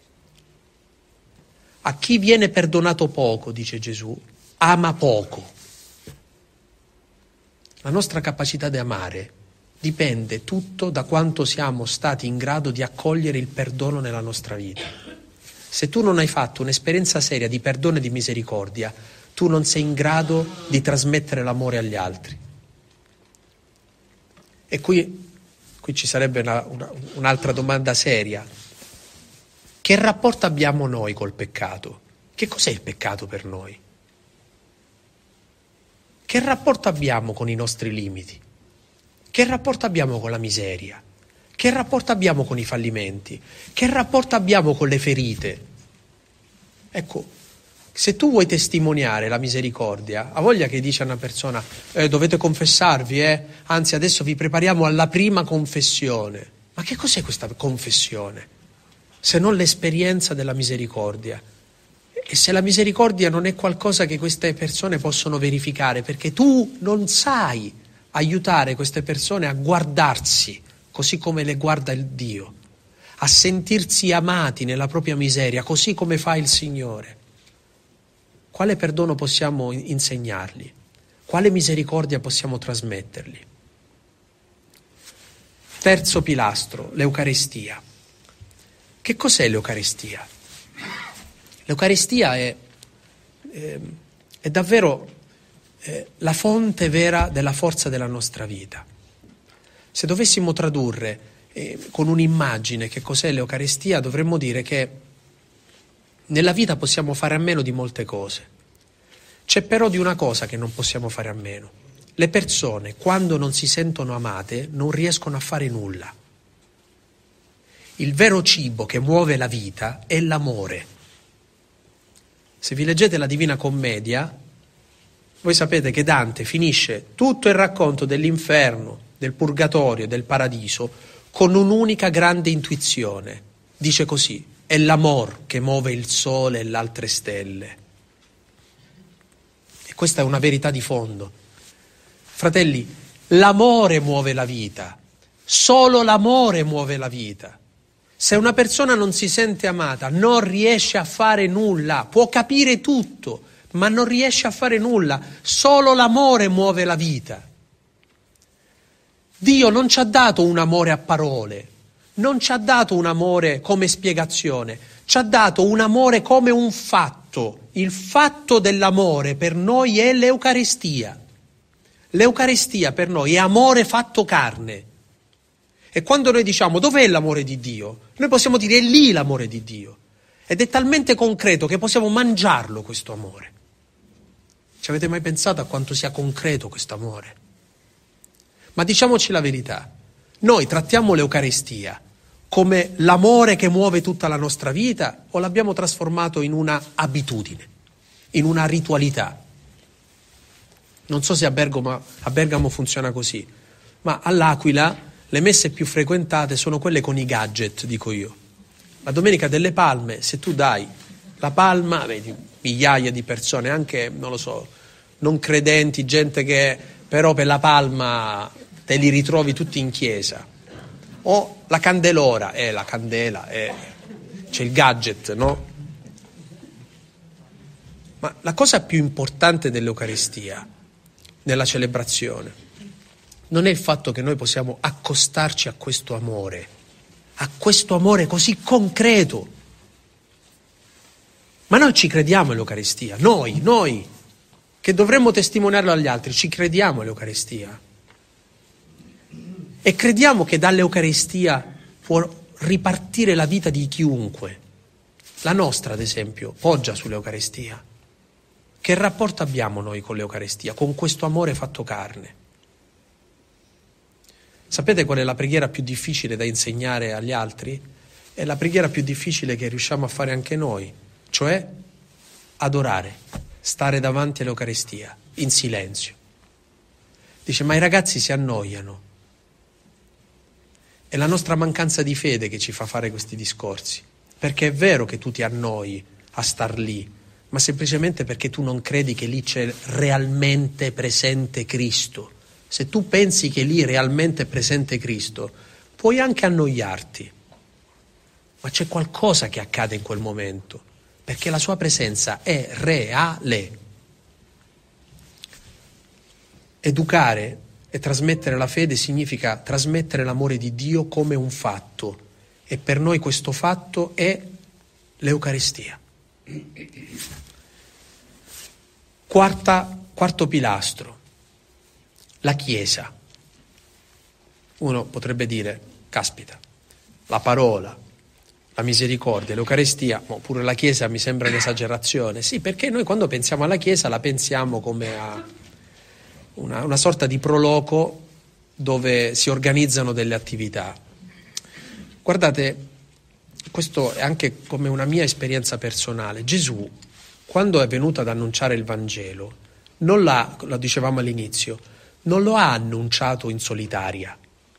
Speaker 1: A chi viene perdonato poco, dice Gesù, ama poco. La nostra capacità di amare dipende tutto da quanto siamo stati in grado di accogliere il perdono nella nostra vita. Se tu non hai fatto un'esperienza seria di perdono e di misericordia, tu non sei in grado di trasmettere l'amore agli altri. E qui, qui ci sarebbe una, una, un'altra domanda seria. Che rapporto abbiamo noi col peccato? Che cos'è il peccato per noi? Che rapporto abbiamo con i nostri limiti? Che rapporto abbiamo con la miseria? Che rapporto abbiamo con i fallimenti? Che rapporto abbiamo con le ferite? Ecco, se tu vuoi testimoniare la misericordia, ha voglia che dice a una persona: eh, dovete confessarvi, eh? Anzi adesso vi prepariamo alla prima confessione. Ma che cos'è questa confessione? Se non l'esperienza della misericordia. E se la misericordia non è qualcosa che queste persone possono verificare, perché tu non sai aiutare queste persone a guardarsi così come le guarda il Dio, a sentirsi amati nella propria miseria, così come fa il Signore. Quale perdono possiamo insegnargli? Quale misericordia possiamo trasmettergli? Terzo pilastro, l'Eucaristia. Che cos'è l'Eucaristia? L'Eucaristia è, è, è davvero è la fonte vera della forza della nostra vita. Se dovessimo tradurre eh, con un'immagine che cos'è l'Eucaristia, dovremmo dire che nella vita possiamo fare a meno di molte cose. C'è però di una cosa che non possiamo fare a meno. Le persone, quando non si sentono amate, non riescono a fare nulla. Il vero cibo che muove la vita è l'amore. Se vi leggete la Divina Commedia, voi sapete che Dante finisce tutto il racconto dell'inferno, del purgatorio, del paradiso, con un'unica grande intuizione. Dice così: è l'amor che muove il sole e le altre stelle. E questa è una verità di fondo. Fratelli, l'amore muove la vita. Solo l'amore muove la vita. Se una persona non si sente amata, non riesce a fare nulla, può capire tutto, ma non riesce a fare nulla. Solo l'amore muove la vita. Dio non ci ha dato un amore a parole, non ci ha dato un amore come spiegazione, ci ha dato un amore come un fatto. Il fatto dell'amore per noi è l'Eucaristia. L'Eucaristia per noi è amore fatto carne. E quando noi diciamo dov'è l'amore di Dio, noi possiamo dire è lì l'amore di Dio. Ed è talmente concreto che possiamo mangiarlo questo amore. Ci avete mai pensato a quanto sia concreto questo amore? Ma diciamoci la verità, noi trattiamo l'Eucaristia come l'amore che muove tutta la nostra vita o l'abbiamo trasformato in una abitudine, in una ritualità? Non so se a Bergamo, a Bergamo funziona così, ma all'Aquila le messe più frequentate sono quelle con i gadget, dico io. La Domenica delle Palme, se tu dai la palma, vedi migliaia di persone, anche, non lo so, non credenti, gente che però per la palma te li ritrovi tutti in chiesa. O la candelora, eh, la candela, eh, c'è il gadget, no? Ma la cosa più importante dell'Eucaristia, nella celebrazione, non è il fatto che noi possiamo accostarci a questo amore, a questo amore così concreto. Ma noi ci crediamo all'Eucaristia, noi, noi, che dovremmo testimoniarlo agli altri, ci crediamo all'Eucaristia. E crediamo che dall'Eucaristia può ripartire la vita di chiunque. La nostra, ad esempio, poggia sull'Eucaristia. Che rapporto abbiamo noi con l'Eucaristia, con questo amore fatto carne? Sapete qual è la preghiera più difficile da insegnare agli altri? È la preghiera più difficile che riusciamo a fare anche noi. Cioè adorare, stare davanti all'Eucaristia, in silenzio. Dice, ma i ragazzi si annoiano. È la nostra mancanza di fede che ci fa fare questi discorsi. Perché è vero che tu ti annoi a star lì, ma semplicemente perché tu non credi che lì c'è realmente presente Cristo. Se tu pensi che lì è realmente presente Cristo, puoi anche annoiarti. Ma c'è qualcosa che accade in quel momento. Perché la sua presenza è reale. Educare e trasmettere la fede significa trasmettere l'amore di Dio come un fatto, e per noi questo fatto è l'Eucaristia. Quarta, quarto pilastro, la Chiesa. Uno potrebbe dire, caspita, la parola, la misericordia, l'Eucaristia, oppure la Chiesa mi sembra un'esagerazione. Sì, perché noi quando pensiamo alla Chiesa la pensiamo come a una, una sorta di proloco dove si organizzano delle attività. Guardate, questo è anche come una mia esperienza personale. Gesù, quando è venuto ad annunciare il Vangelo, non l'ha, lo dicevamo all'inizio, non lo ha annunciato in solitaria.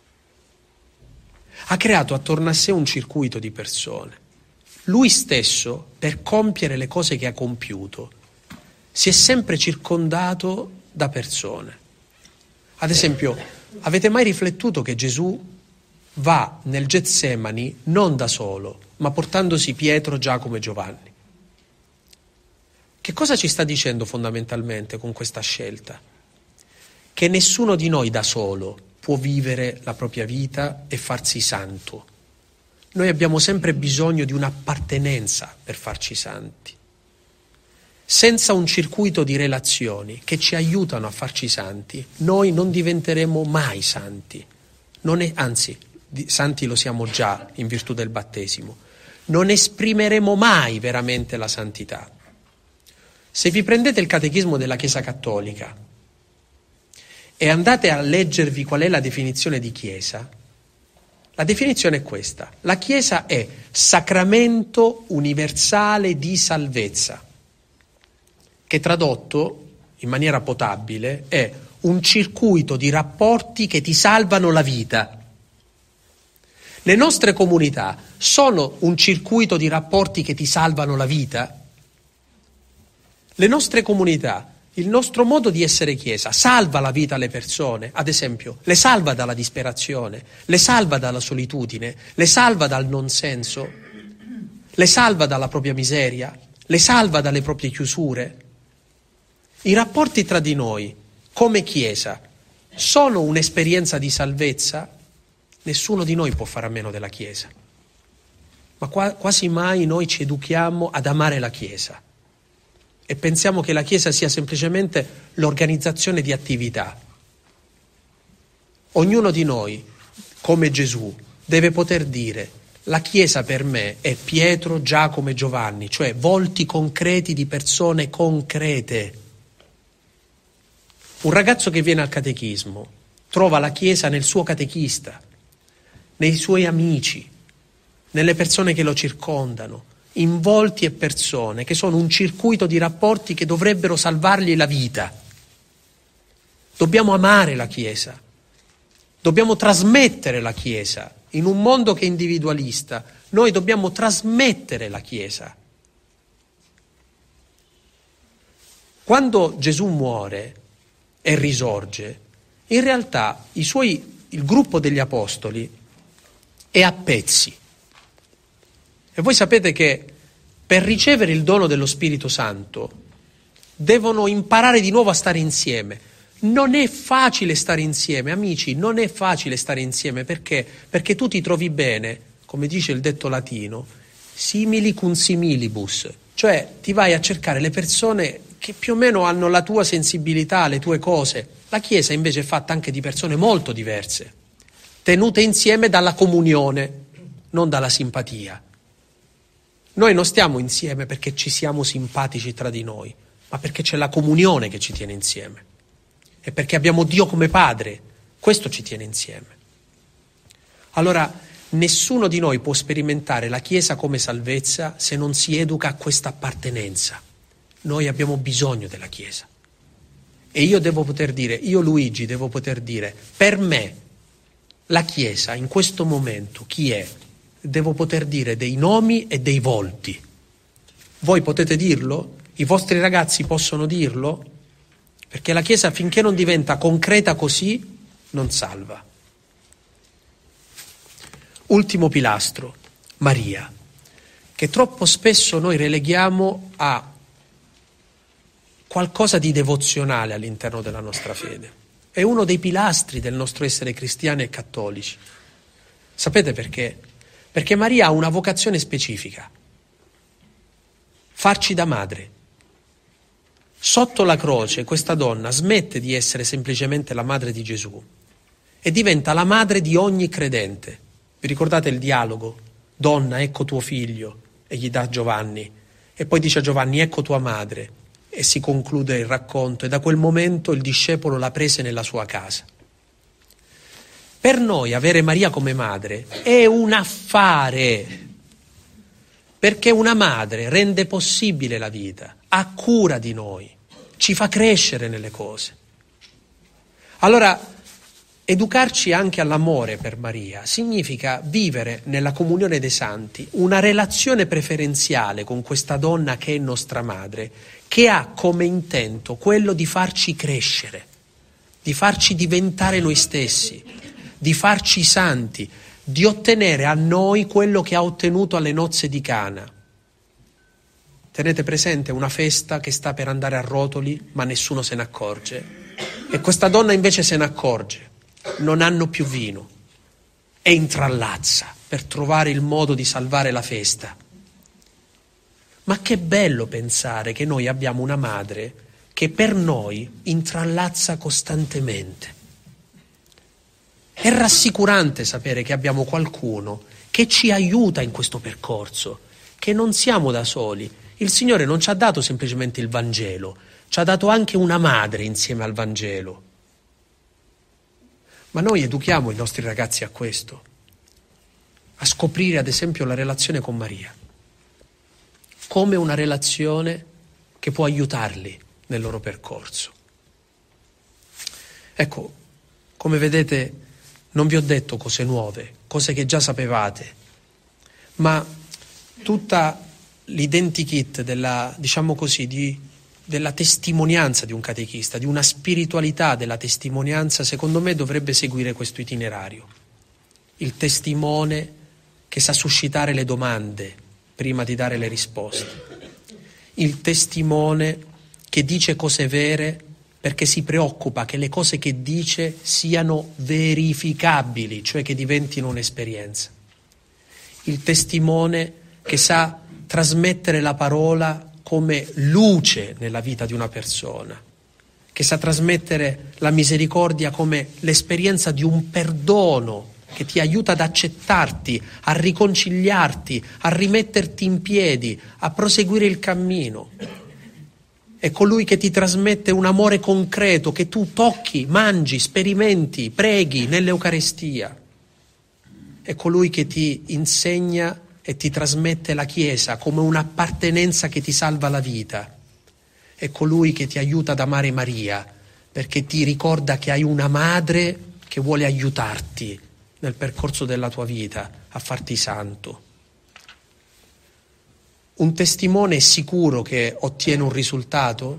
Speaker 1: Ha creato attorno a sé un circuito di persone. Lui stesso, per compiere le cose che ha compiuto, si è sempre circondato da persone. Ad esempio, avete mai riflettuto che Gesù va nel Getsemani non da solo, ma portandosi Pietro, Giacomo e Giovanni? Che cosa ci sta dicendo fondamentalmente con questa scelta? Che nessuno di noi da solo può vivere la propria vita e farsi santo. Noi abbiamo sempre bisogno di un'appartenenza per farci santi. Senza un circuito di relazioni che ci aiutano a farci santi, noi non diventeremo mai santi. Non è, anzi, di, santi lo siamo già in virtù del battesimo. Non esprimeremo mai veramente la santità. Se vi prendete il catechismo della Chiesa Cattolica e andate a leggervi qual è la definizione di Chiesa, la definizione è questa: la Chiesa è sacramento universale di salvezza, che tradotto in maniera potabile è un circuito di rapporti che ti salvano la vita. Le nostre comunità sono un circuito di rapporti che ti salvano la vita? Le nostre comunità, il nostro modo di essere Chiesa, salva la vita alle persone, ad esempio, le salva dalla disperazione, le salva dalla solitudine, le salva dal non senso, le salva dalla propria miseria, le salva dalle proprie chiusure. I rapporti tra di noi, come Chiesa, sono un'esperienza di salvezza? Nessuno di noi può fare a meno della Chiesa, ma qua, quasi mai noi ci educhiamo ad amare la Chiesa. E pensiamo che la Chiesa sia semplicemente l'organizzazione di attività. Ognuno di noi, come Gesù, deve poter dire: la Chiesa per me è Pietro, Giacomo e Giovanni, cioè volti concreti di persone concrete. Un ragazzo che viene al catechismo trova la Chiesa nel suo catechista, nei suoi amici, nelle persone che lo circondano, in volti e persone che sono un circuito di rapporti che dovrebbero salvargli la vita. Dobbiamo amare la Chiesa, dobbiamo trasmettere la Chiesa. In un mondo che è individualista, noi dobbiamo trasmettere la Chiesa. Quando Gesù muore e risorge, in realtà i suoi, il gruppo degli apostoli è a pezzi. E voi sapete che per ricevere il dono dello Spirito Santo devono imparare di nuovo a stare insieme. Non è facile stare insieme, amici, non è facile stare insieme. Perché? Perché tu ti trovi bene, come dice il detto latino, simili cum similibus, cioè ti vai a cercare le persone che più o meno hanno la tua sensibilità, le tue cose. La Chiesa invece è fatta anche di persone molto diverse, tenute insieme dalla comunione, non dalla simpatia. Noi non stiamo insieme perché ci siamo simpatici tra di noi, ma perché c'è la comunione che ci tiene insieme. E perché abbiamo Dio come Padre, questo ci tiene insieme. Allora, nessuno di noi può sperimentare la Chiesa come salvezza se non si educa a questa appartenenza. Noi abbiamo bisogno della Chiesa. E io devo poter dire, io Luigi devo poter dire, per me la Chiesa in questo momento chi è? Devo poter dire dei nomi e dei volti. Voi potete dirlo? I vostri ragazzi possono dirlo? Perché la Chiesa finché non diventa concreta così non salva. Ultimo pilastro, Maria, che troppo spesso noi releghiamo a qualcosa di devozionale all'interno della nostra fede. È uno dei pilastri del nostro essere cristiani e cattolici. Sapete perché? Perché Maria ha una vocazione specifica: farci da madre. Sotto la croce questa donna smette di essere semplicemente la madre di Gesù e diventa la madre di ogni credente. Vi ricordate il dialogo? Donna, ecco tuo figlio, e gli dà Giovanni, e poi dice a Giovanni, ecco tua madre, e si conclude il racconto, e da quel momento il discepolo la prese nella sua casa. Per noi avere Maria come madre è un affare, perché una madre rende possibile la vita, ha cura di noi, ci fa crescere nelle cose. Allora, educarci anche all'amore per Maria significa vivere nella comunione dei santi una relazione preferenziale con questa donna che è nostra madre, che ha come intento quello di farci crescere, di farci diventare noi stessi, di farci santi, di ottenere a noi quello che ha ottenuto alle nozze di Cana. Tenete presente una festa che sta per andare a rotoli, ma nessuno se ne accorge. E questa donna invece se ne accorge. Non hanno più vino e intrallazza per trovare il modo di salvare la festa. Ma che bello pensare che noi abbiamo una madre che per noi intrallazza costantemente. È rassicurante sapere che abbiamo qualcuno che ci aiuta in questo percorso, che non siamo da soli. Il Signore non ci ha dato semplicemente il Vangelo, ci ha dato anche una madre insieme al Vangelo. Ma noi educhiamo i nostri ragazzi a questo, a scoprire ad esempio la relazione con Maria, come una relazione che può aiutarli nel loro percorso. Ecco, come vedete, non vi ho detto cose nuove, cose che già sapevate, ma tutta l'identikit della, diciamo così, di, della testimonianza di un catechista, di una spiritualità della testimonianza, secondo me dovrebbe seguire questo itinerario. Il testimone che sa suscitare le domande prima di dare le risposte. Il testimone che dice cose vere perché si preoccupa che le cose che dice siano verificabili, cioè che diventino un'esperienza. Il testimone che sa trasmettere la parola come luce nella vita di una persona, che sa trasmettere la misericordia come l'esperienza di un perdono che ti aiuta ad accettarti, a riconciliarti, a rimetterti in piedi, a proseguire il cammino. è colui che ti trasmette un amore concreto che tu tocchi, mangi, sperimenti, preghi nell'Eucaristia. È colui che ti insegna e ti trasmette la Chiesa come un'appartenenza che ti salva la vita. È colui che ti aiuta ad amare Maria, perché ti ricorda che hai una madre che vuole aiutarti nel percorso della tua vita a farti santo. Un testimone è sicuro che ottiene un risultato?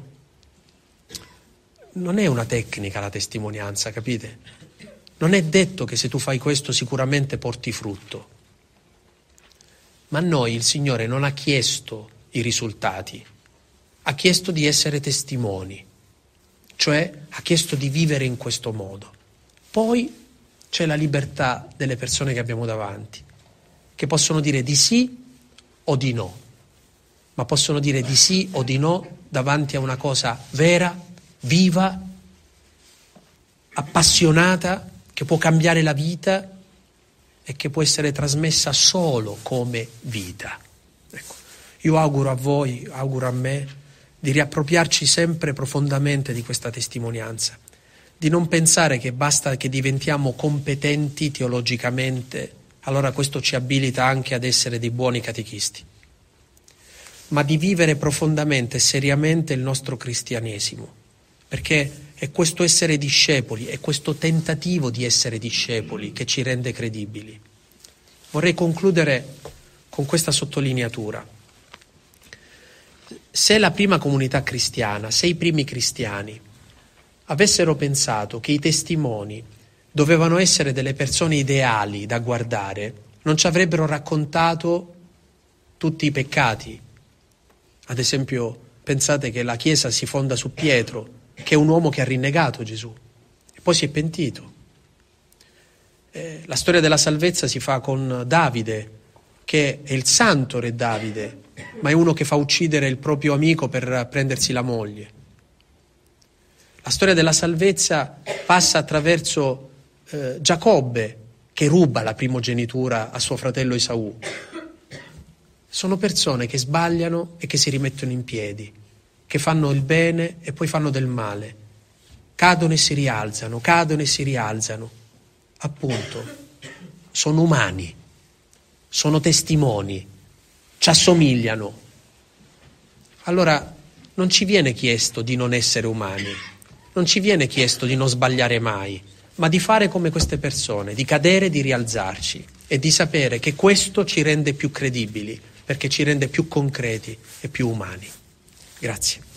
Speaker 1: Non è una tecnica la testimonianza, capite? Non è detto che se tu fai questo sicuramente porti frutto. Ma a noi il Signore non ha chiesto i risultati, ha chiesto di essere testimoni, cioè ha chiesto di vivere in questo modo. Poi c'è la libertà delle persone che abbiamo davanti, che possono dire di sì o di no, ma possono dire di sì o di no davanti a una cosa vera, viva, appassionata, che può cambiare la vita e che può essere trasmessa solo come vita. Ecco. Io auguro a voi, auguro a me, di riappropriarci sempre profondamente di questa testimonianza, di non pensare che basta che diventiamo competenti teologicamente, allora questo ci abilita anche ad essere dei buoni catechisti, ma di vivere profondamente e seriamente il nostro cristianesimo, perché è questo essere discepoli, è questo tentativo di essere discepoli che ci rende credibili. Vorrei concludere con questa sottolineatura. Se la prima comunità cristiana, se i primi cristiani avessero pensato che i testimoni dovevano essere delle persone ideali da guardare, non ci avrebbero raccontato tutti i peccati. Ad esempio, pensate che la Chiesa si fonda su Pietro, che è un uomo che ha rinnegato Gesù e poi si è pentito. Eh, la storia della salvezza si fa con Davide, che è il santo re Davide, ma è uno che fa uccidere il proprio amico per prendersi la moglie. La storia della salvezza passa attraverso eh, Giacobbe, che ruba la primogenitura a suo fratello Esaù. Sono persone che sbagliano e che si rimettono in piedi, che fanno il bene e poi fanno del male, cadono e si rialzano, cadono e si rialzano. Appunto, sono umani, sono testimoni, ci assomigliano. Allora non ci viene chiesto di non essere umani, non ci viene chiesto di non sbagliare mai, ma di fare come queste persone, di cadere e di rialzarci e di sapere che questo ci rende più credibili, perché ci rende più concreti e più umani. Grazie.